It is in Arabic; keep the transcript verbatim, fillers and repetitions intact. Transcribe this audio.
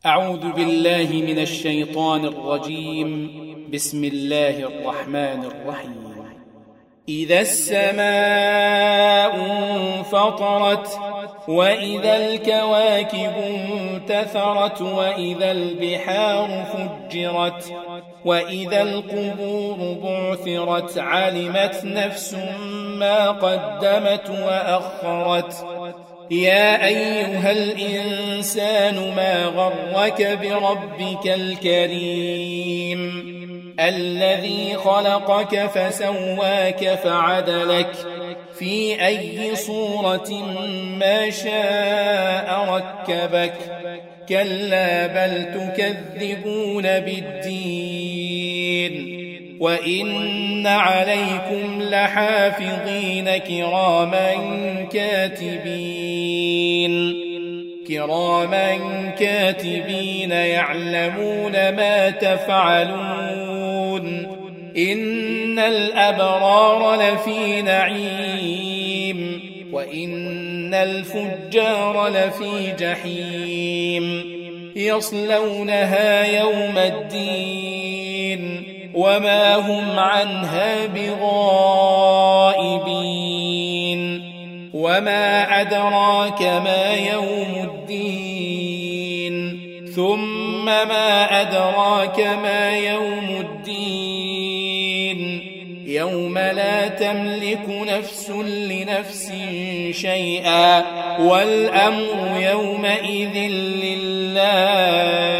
أعوذ بالله من الشيطان الرجيم. بسم الله الرحمن الرحيم. إذا السماء انفطرت وإذا الكواكب انتثرت وإذا البحار فجرت وإذا القبور بعثرت علمت نفس ما قدمت وأخرت. يا أيها الإنسان ما غرك بربك الكريم الذي خلقك فسواك فعدلك في أي صورة ما شاء ركبك. كلا بل تكذبون بالدين وإن عليكم لحافظين كراما كاتبين كراما كاتبين يعلمون ما تفعلون. إن الأبرار لفي نعيم وإن الفجار لفي جحيم يصلونها يوم الدين وما هم عنها بغائبين. وما أدراك ما يوم الدين ثم ما أدراك ما يوم الدين يوم لا تملك نفس لنفس شيئا والأمر يومئذ لله.